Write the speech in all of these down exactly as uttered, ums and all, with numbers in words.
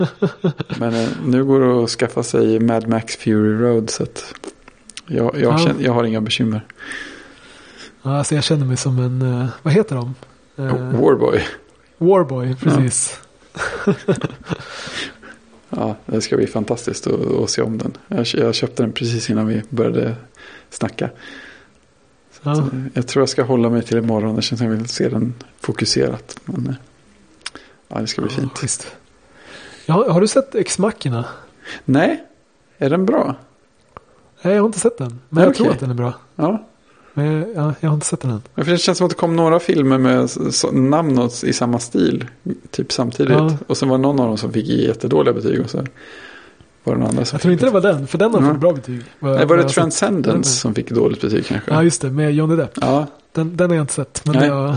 Men eh, nu går det att skaffa sig Mad Max Fury Road, så att jag, jag, ja. känner, jag har inga bekymmer. Ja, alltså jag känner mig som en, uh, vad heter de? Uh, Warboy. Warboy, precis. Ja. Ja, det ska bli fantastiskt att, att se om den. Jag, jag köpte den precis innan vi började snacka. Så ja. att, jag tror jag ska hålla mig till imorgon. Det känns som jag vill se den fokuserat. Men ja, det ska bli fint. Ja, visst. Ja, har du sett Ex-Machina? Nej, är den bra? Nej, jag har inte sett den. Men Nej, jag okej. tror att den är bra. Ja. Men ja, jag har inte sett den än. Ja, för det känns som att det kom några filmer med så, namn i samma stil. Typ samtidigt. Ja. Och sen var det någon av dem som fick jättedåliga betyg. Och så var det någon andra som Jag tror inte det var den, för den har Mm. fått bra betyg. Var, Nej, var det jag Transcendence sett. som fick dåligt betyg kanske? Ja, just det. Med Johnny Depp. Ja. Den, den har jag inte sett. Men Nej. jag...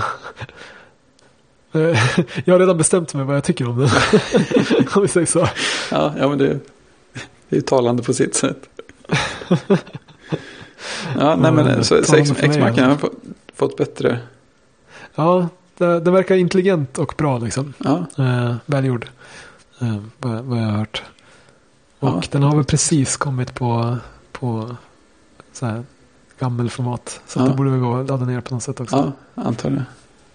jag har redan bestämt mig vad jag tycker om den. Om vi säger så. Ja, ja men det, det är ju talande på sitt sätt. Ja, nej men Mm, så, så talande för mig, Ex-Machina har alltså. fått, fått bättre. Ja, det, det verkar intelligent och bra liksom. Ja. Eh, välgjord. Eh, vad, vad jag har hört. Och Ja. den har väl precis kommit på, på så här gammelformat. Så att Ja. det borde väl gå att ladda ner på något sätt också. Ja, antar det.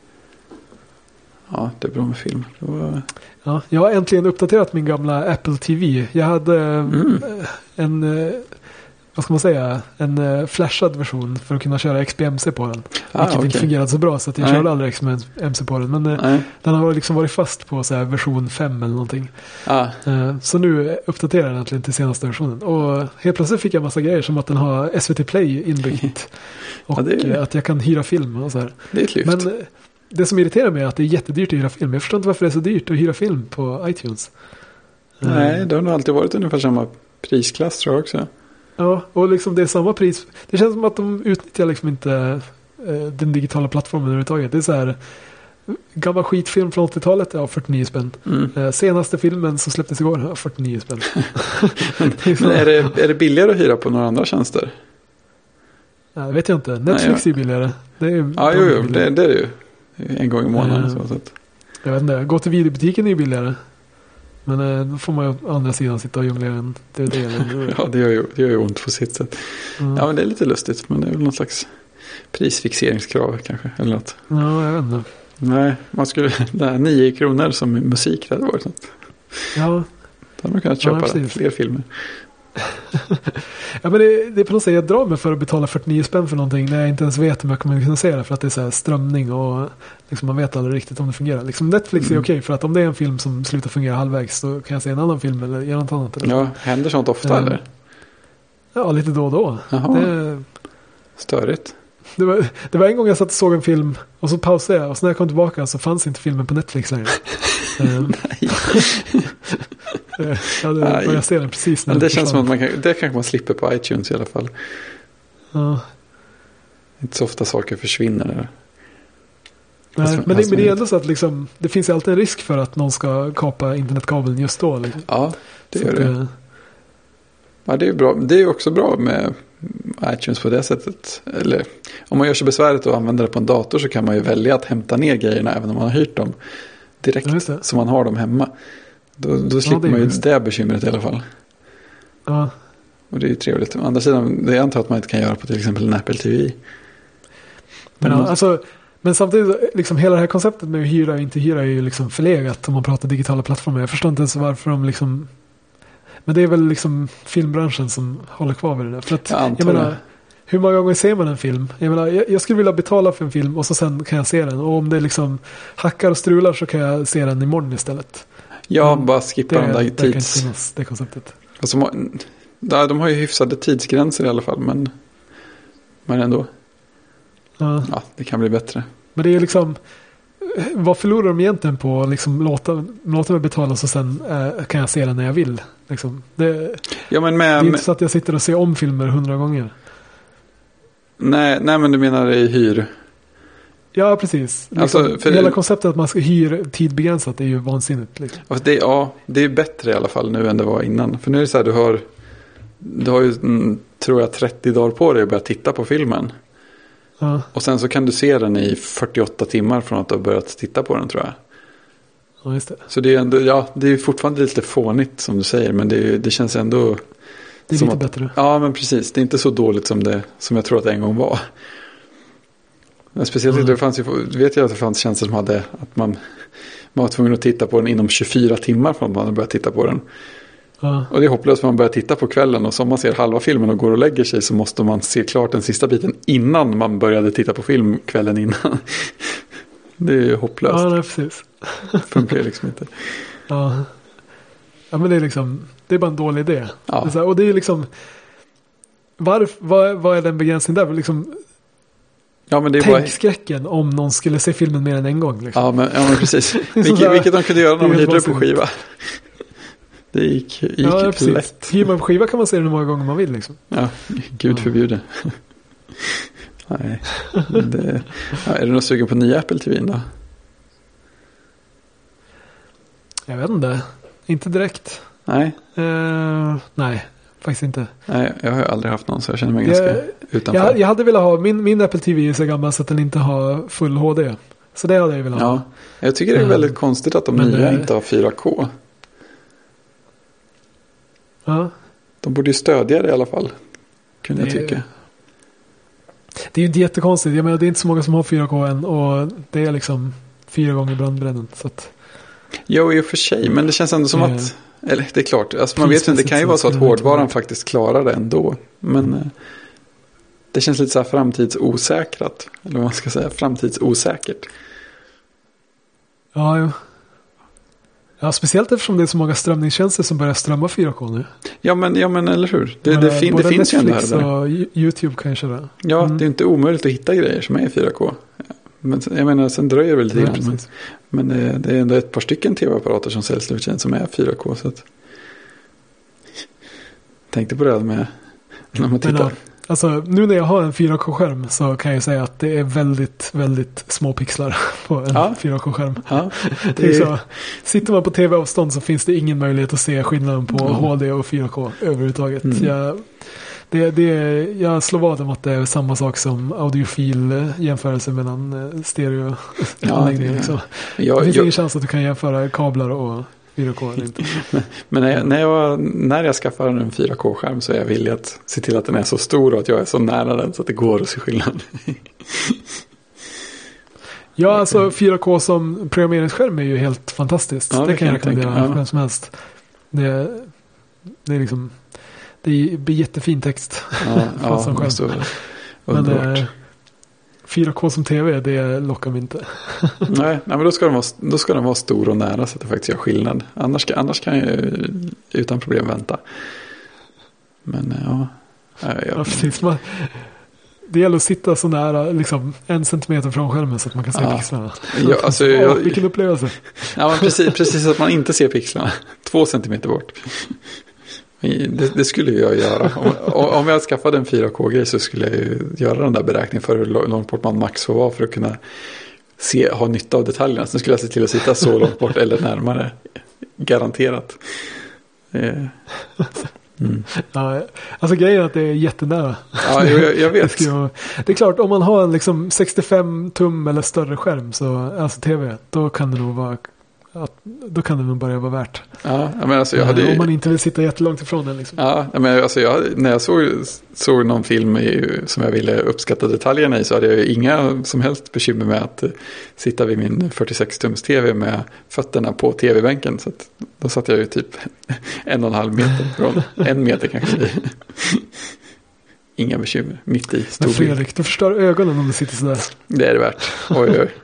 Ja, det är bra med film. Det var... Ja, jag har äntligen uppdaterat min gamla Apple T V. Jag hade Mm. eh, en, eh, vad ska man säga, en eh, flashad version för att kunna köra X B M C på den. Ah, vilket okej. inte fungerade så bra så att jag Nej. körde aldrig X B M C på den. Men eh, Nej. den har liksom varit fast på så här version fem eller någonting. Ja. Eh, så nu uppdaterar den äntligen till senaste versionen. Och helt plötsligt fick jag massa grejer som att den har S V T Play inbyggt. Och Ja, det är- eh, att jag kan hyra film och så här. Det är ett lyft. Men eh, det som irriterar mig är att det är jättedyrt att hyra film. Jag förstår inte varför det är så dyrt att hyra film på iTunes. Eh, Nej, det har nog alltid varit ungefär samma prisklass tror jag också. Ja, och liksom det är samma pris. Det känns som att de utnyttjar liksom inte eh, den digitala plattformen överhuvudtaget. Det är så här, gammal skitfilm från åttiotalet, ja, fyrtionio spänn. Mm. Eh, senaste filmen som släpptes igår, ja, fyrtionio spänn. Det är så- Men är det, är det billigare att hyra på några andra tjänster? Ja, det vet jag inte. Netflix Nej, är billigare. Det är ju Ja, jo, jo billigare. det, det är det ju. En gång i månaden. Mm. Så, så att, Jag vet inte, gå till videobutiken är ju billigare. Men eh, då får man ju å andra sidan sitta och jonglera en D V D eller ja, det gör, ju, det gör ju ont på sitt sätt. Mm. Ja, men det är lite lustigt. Men det är väl någon slags prisfixeringskrav kanske. Eller något. Ja, jag vet inte. Nej, man skulle... Det här nio kronor som musik, det hade varit något. Ja, Då hade man kunnat Ja, köpa precis. fler filmer. ja men det, det är på något sätt, jag drar mig för att betala fyrtionio spänn för någonting när jag inte ens vet om jag kommer kunna se det för att det är så här strömning och liksom man vet aldrig riktigt om det fungerar. Liksom Netflix är Mm. okej för att om det är en film som slutar fungera halvvägs så kan jag se en annan film eller göra något annat. Eller? Ja, händer sånt ofta Mm. eller? Ja, lite då och då. Jaha, Det, störigt. det, var, det var en gång jag satt och såg en film och så pausade jag och så när jag kom tillbaka så fanns inte filmen på Netflix längre. Ehm, eh, jag hade Aj. börjat se den precis när Men det den känns som försvann. att man kan, det kanske man slipper på iTunes i alla fall. Ja. Inte så ofta saker försvinner där. Nej, Fast- men, det, fast men det är man ändå så att liksom, det finns ju alltid en risk för att någon ska kapa internetkabeln just då. Liksom. Ja, det Så gör att, det. eh, Ja, det är ju bra. Det är ju också bra med iTunes på det sättet. Eller om man gör sig besväret att använda det på en dator så kan man ju välja att hämta ner grejerna även om man har hyrt dem direkt. Ja, just det. Så man har dem hemma. Då, då slipper det är man ju just det bekymret i alla fall. Ja. Och det är ju trevligt. Å andra sidan, det är antar att man inte kan göra på till exempel en Apple T V. Men, Mm. alltså, men samtidigt, liksom, hela det här konceptet med att hyra och inte hyra är ju liksom förlegat om man pratar digitala plattformar. Jag förstår inte ens varför de liksom... Men det är väl liksom filmbranschen som håller kvar vid det där. För att, Jag antar jag menar, det. hur många gånger ser man en film? Jag, menar, jag, jag skulle vilja betala för en film och så sen kan jag se den. Och om det liksom hackar och strular så kan jag se den imorgon istället. Ja, Mm. bara skippa Det, de det där kan inte tids... finnas, det konceptet. Alltså, ma- ja, de har ju hyfsade tidsgränser i alla fall. Men, men ändå. Ja. Ja, det kan bli bättre. Men det är liksom... Vad förlorar de egentligen på att liksom låta, låta mig betala så sen eh, kan jag se den när jag vill? Liksom. Det, Ja, men det är med... inte så att jag sitter och ser om filmer hundra gånger. Nej, nej, men du menar i hyr. Ja, precis. Liksom, Alltså, för- hela konceptet att man ska hyra tidbegränsat är ju vansinnigt. Liksom. Ja, det, ja, det är bättre i alla fall nu än det var innan. För nu är det så här, du har, du har ju, mm, tror jag, trettio dagar på dig att börja titta på filmen. Ja, Och sen så kan du se den i fyrtioåtta timmar från att du har börjat titta på den, tror jag. Ja, just det. Så det är ändå, ja, det är fortfarande lite fånigt som du säger, men det, det känns ändå... Det är lite att, bättre. Ja, men precis. Det är inte så dåligt som, det, som jag tror att det en gång var. Men speciellt mm. det fanns ju, vet jag att det fanns tjänster som hade att man, man var tvungen att titta på den inom tjugofyra timmar från att man började titta på den. Ja. Och det är hopplöst, för man börjar titta på kvällen och som man ser halva filmen och går och lägger sig så måste man se klart den sista biten innan man började titta på film kvällen innan. Det är ju hopplöst. Ja, nej, precis. Funkar liksom inte. Ja. Ja, men det är liksom, det är bara en dålig idé. Ja. Det är så här, och det är liksom, varf, vad, vad är den begränsningen där? Liksom, ja, men det är tänk bara... skräcken om någon skulle se filmen mer än en gång. Liksom. Ja, men, ja, men precis. Vilket, vilket de kunde göra när de hyrde det på skiva. Det gick, gick ja, lätt. Hyr man på skiva kan man se den hur många gånger man vill. Liksom. Ja, gud ja. förbjude. Nej. Det, ja, är du någon sugen på nya Apple T V då? Jag vet inte. Inte direkt. Nej. Uh, nej, faktiskt inte. Nej, jag har ju aldrig haft någon så jag känner mig jag, ganska utanför. Jag, jag hade velat ha, min, min Apple T V är så gammal så att den inte har full H D. Så det hade jag velat ha. Ja, jag tycker det är väldigt uh, konstigt att de nya det... inte har fyra K. Ja. De borde ju stödja det i alla fall. Kunde det jag tycka. Är, det är ju inte jättekonstigt. Jag menar, det är inte så många som har fyra K än. Och det är liksom fyra gånger brandbredden. Så att... Jo, i och för sig. Men det känns ändå som det... att... Eller det är klart. Alltså, man vet ju inte. Det kan ju vara så att hårdvaran faktiskt klarar det ändå. Men eh, det känns lite så här framtidsosäkrat. Eller vad man ska säga. Framtidsosäkert. Ja, jo. Ja, speciellt eftersom det är så många strömningstjänster som börjar strömma fyra K nu. Ja, men, ja, men eller hur? Det, det, fin, det finns ju ändå här. Både Netflix och YouTube kan jag köra. Ja, mm. det är inte omöjligt att hitta grejer som är i fyra K. Men jag menar, sen dröjer det väl lite grann. Men, men det, det är ändå ett par stycken tv-apparater som säljs nu som är fyra K. Så att... Tänkte på det med när man tittar. Men, alltså, nu när jag har en fyra K-skärm så kan jag säga att det är väldigt, väldigt små pixlar på en ja. fyra K-skärm. Ja, det... Det är så, sitter man på tv-avstånd så finns det ingen möjlighet att se skillnaden på mm. H D och fyra K överhuvudtaget. Mm. Jag, det, det, jag slår vad om att det är samma sak som audiofil jämförelse mellan stereo ja, anläggningar. Liksom. Jag, det finns jag... ingen chans att du kan jämföra kablar och fyra K eller inte. Men, men när, jag, när, jag, när jag skaffar en fyra K-skärm så är jag villig att se till att den är så stor och att jag är så nära den så att det går att se skillnad. Ja, alltså fyra K som programmeringsskärm är ju helt fantastiskt. Ja, det, det kan jag rekommendera ja. vem som helst. Det, det är liksom det blir jättefin text. Ja, ja som skärm. Så men eh, fyra K som tv, det lockar mig inte. nej, nej, men då ska, den vara, då ska den vara stor och nära så att det faktiskt gör skillnad. Annars, annars kan jag utan problem vänta. Men ja. Jag, jag, ja precis. Man, det gäller att sitta så nära liksom, en centimeter från skärmen så att man kan se ja. pixlarna. Ja, alltså, oh, jag, vilken upplevelse. Ja, men precis, precis så att man inte ser pixlarna. Två centimeter bort. Det, det skulle jag göra. Om, om jag skaffade en fyra K-grej så skulle jag ju göra den där beräkningen för hur långt bort man max får vara för att kunna se, ha nytta av detaljerna. Sen skulle jag se till att sitta så långt bort eller närmare. Garanterat. Mm. Ja, alltså grejen är att det är jättenära. Ja, jag, jag vet. Det är klart, om man har en liksom sextiofem tum eller större skärm, så, alltså tv, då kan det nog vara... Att, då kan det nog börja vara värt. Ja, men alltså jag hade ju... Om man inte vill sitta jättelångt ifrån den. Liksom. Ja, men alltså jag, när jag såg, såg någon film i, som jag ville uppskatta detaljerna i så hade jag ju inga som helst bekymmer med att sitta vid min fyrtiosex tums tv med fötterna på tv-bänken. Så att, då satt jag ju typ en och en halv meter från en meter kanske. Inga bekymmer, mitt i stor. Men Fredrik, du förstör ögonen om du sitter sådär. Det är det värt. Oj, oj.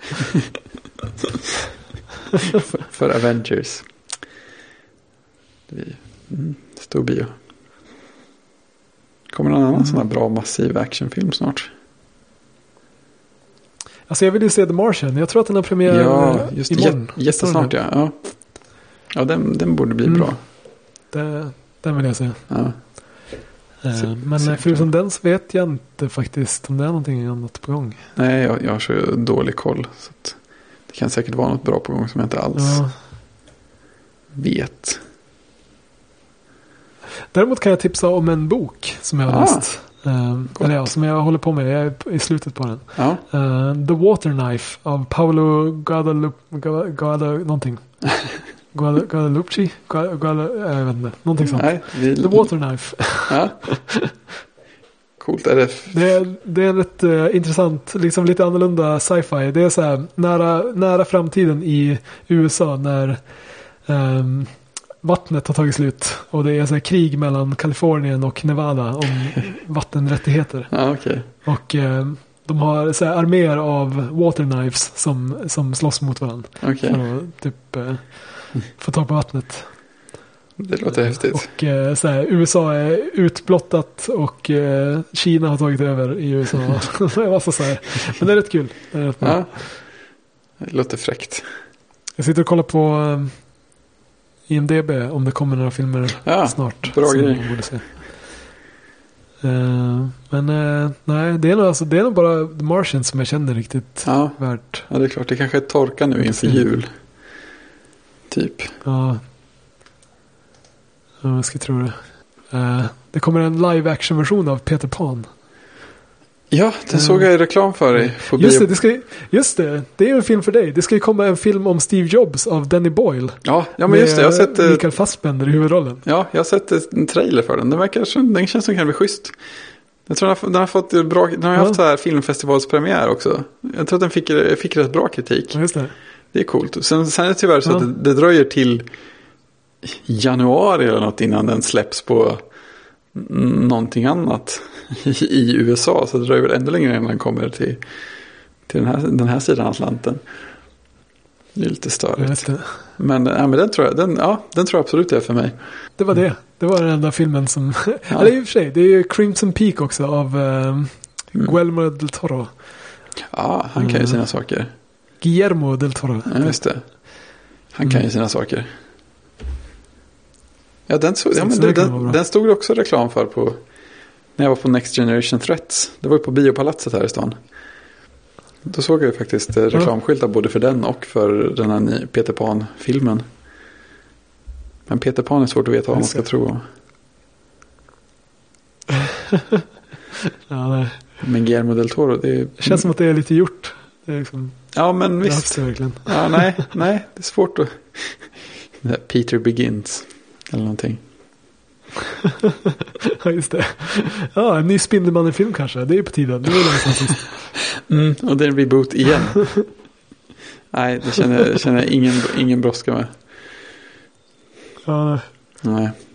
för, för Avengers. Mm, stor bio. Kommer någon annan mm. sån här bra massiv actionfilm snart? Alltså jag vill ju se The Martian. Jag tror att den har premiär ja, just imorgon. Jä, jättesnart, ja. Ja, ja den, den borde bli mm. bra. Det, den vill jag se. Ja. Uh, men se, förutom den så vet jag inte faktiskt om det är någonting annat på gång. Nej, jag, jag har så dålig koll. Så att det kan säkert vara något bra på gång som jag inte alls ja. vet. Däremot kan jag tipsa om en bok som jag har ah. läst. Um, eller ja, som jag håller på med. Jag är i slutet på den. Ja. Uh, The Water Knife av Paolo Guadalupe, Guada, någonting. Guada, Guadalupe? Guada, Guada, jag vet inte. Någonting sånt. Nej, vi... The Water Knife. Ja. Coolt är det. Det är, det är en rätt uh, intressant, liksom lite annorlunda sci-fi. Det är så här nära, nära framtiden i U S A när um, vattnet har tagit slut och det är så här krig mellan Kalifornien och Nevada om vattenrättigheter. Ja, okay. Och uh, de har så här arméer av water knives som, som slåss mot varandra. Okay. För att typ uh, få tag på vattnet. Det låter uh, häftigt. Och uh, så här, U S A är utblottat och uh, Kina har tagit över i U S A. Massa så här. Men det är rätt kul. Det, är rätt ja. Det låter fräckt. Jag sitter och kollar på uh, I M D B om det kommer några filmer ja, snart. Bra grej. Man borde se. Uh, men uh, nej, det är, nog, alltså, det är nog bara The Martian som jag känner riktigt ja. värt. Ja, det är klart. Det kanske är torka nu inför jul. Typ. Ja. Ja, jag ska tro det. Uh, det kommer en live action version av Peter Pan. Ja, den såg jag i reklam för dig. Just det, det ska, just det, det är en film för dig. Det ska ju komma en film om Steve Jobs av Danny Boyle. Ja, ja men just det. Jag har sett Mikael Fassbender i huvudrollen. Ja, jag har sett en trailer för den. Den verkar som, den känns som kan bli schysst. Jag tror den har, den har fått bra, den har ju ja. haft så här filmfestivalspremiär också. Jag tror att den fick, fick rätt bra kritik. Ja, just det. Det är coolt. Sen, sen är det tyvärr så ja. att det, det dröjer till januari eller något innan den släpps på någonting annat i, i U S A. Så det dröjer väl ännu längre innan den kommer till, till den, här, den här sidan Atlanten. Det är lite störigt. Men, ja, men den, tror jag, den, ja, den tror jag absolut är för mig. Det var det. Det var den enda filmen som... Ja. Eller i och för sig, det är ju Crimson Peak också av um, mm. Guillermo del Toro. Ja, han kan ju sina uh, saker. Guillermo del Toro. Ja, just det. Han kan mm. ju sina saker. Ja, den, så, ja, men det, den, den stod det också reklam för på när jag var på Next Generation Threats. Det var ju på Biopalatset här i stan. Då såg jag ju faktiskt reklamskyltar både för den och för den här Peter Pan-filmen. Men Peter Pan är svårt att veta vad man ska tro om. Ja, nej. Men Guillermo del Toro, det är... känns som att det är lite gjort. Det är liksom... Ja, men visst. Ja, nej, nej, det är svårt att... Peter Begins. Eller någonting. Ja, just det. Ja, en ny Spindelmannen-film kanske. Det är ju på tiden. Det är sist. Mm, och det är en reboot igen. Nej, det känner, känner jag ingen, ingen brådska med. Ja, nej.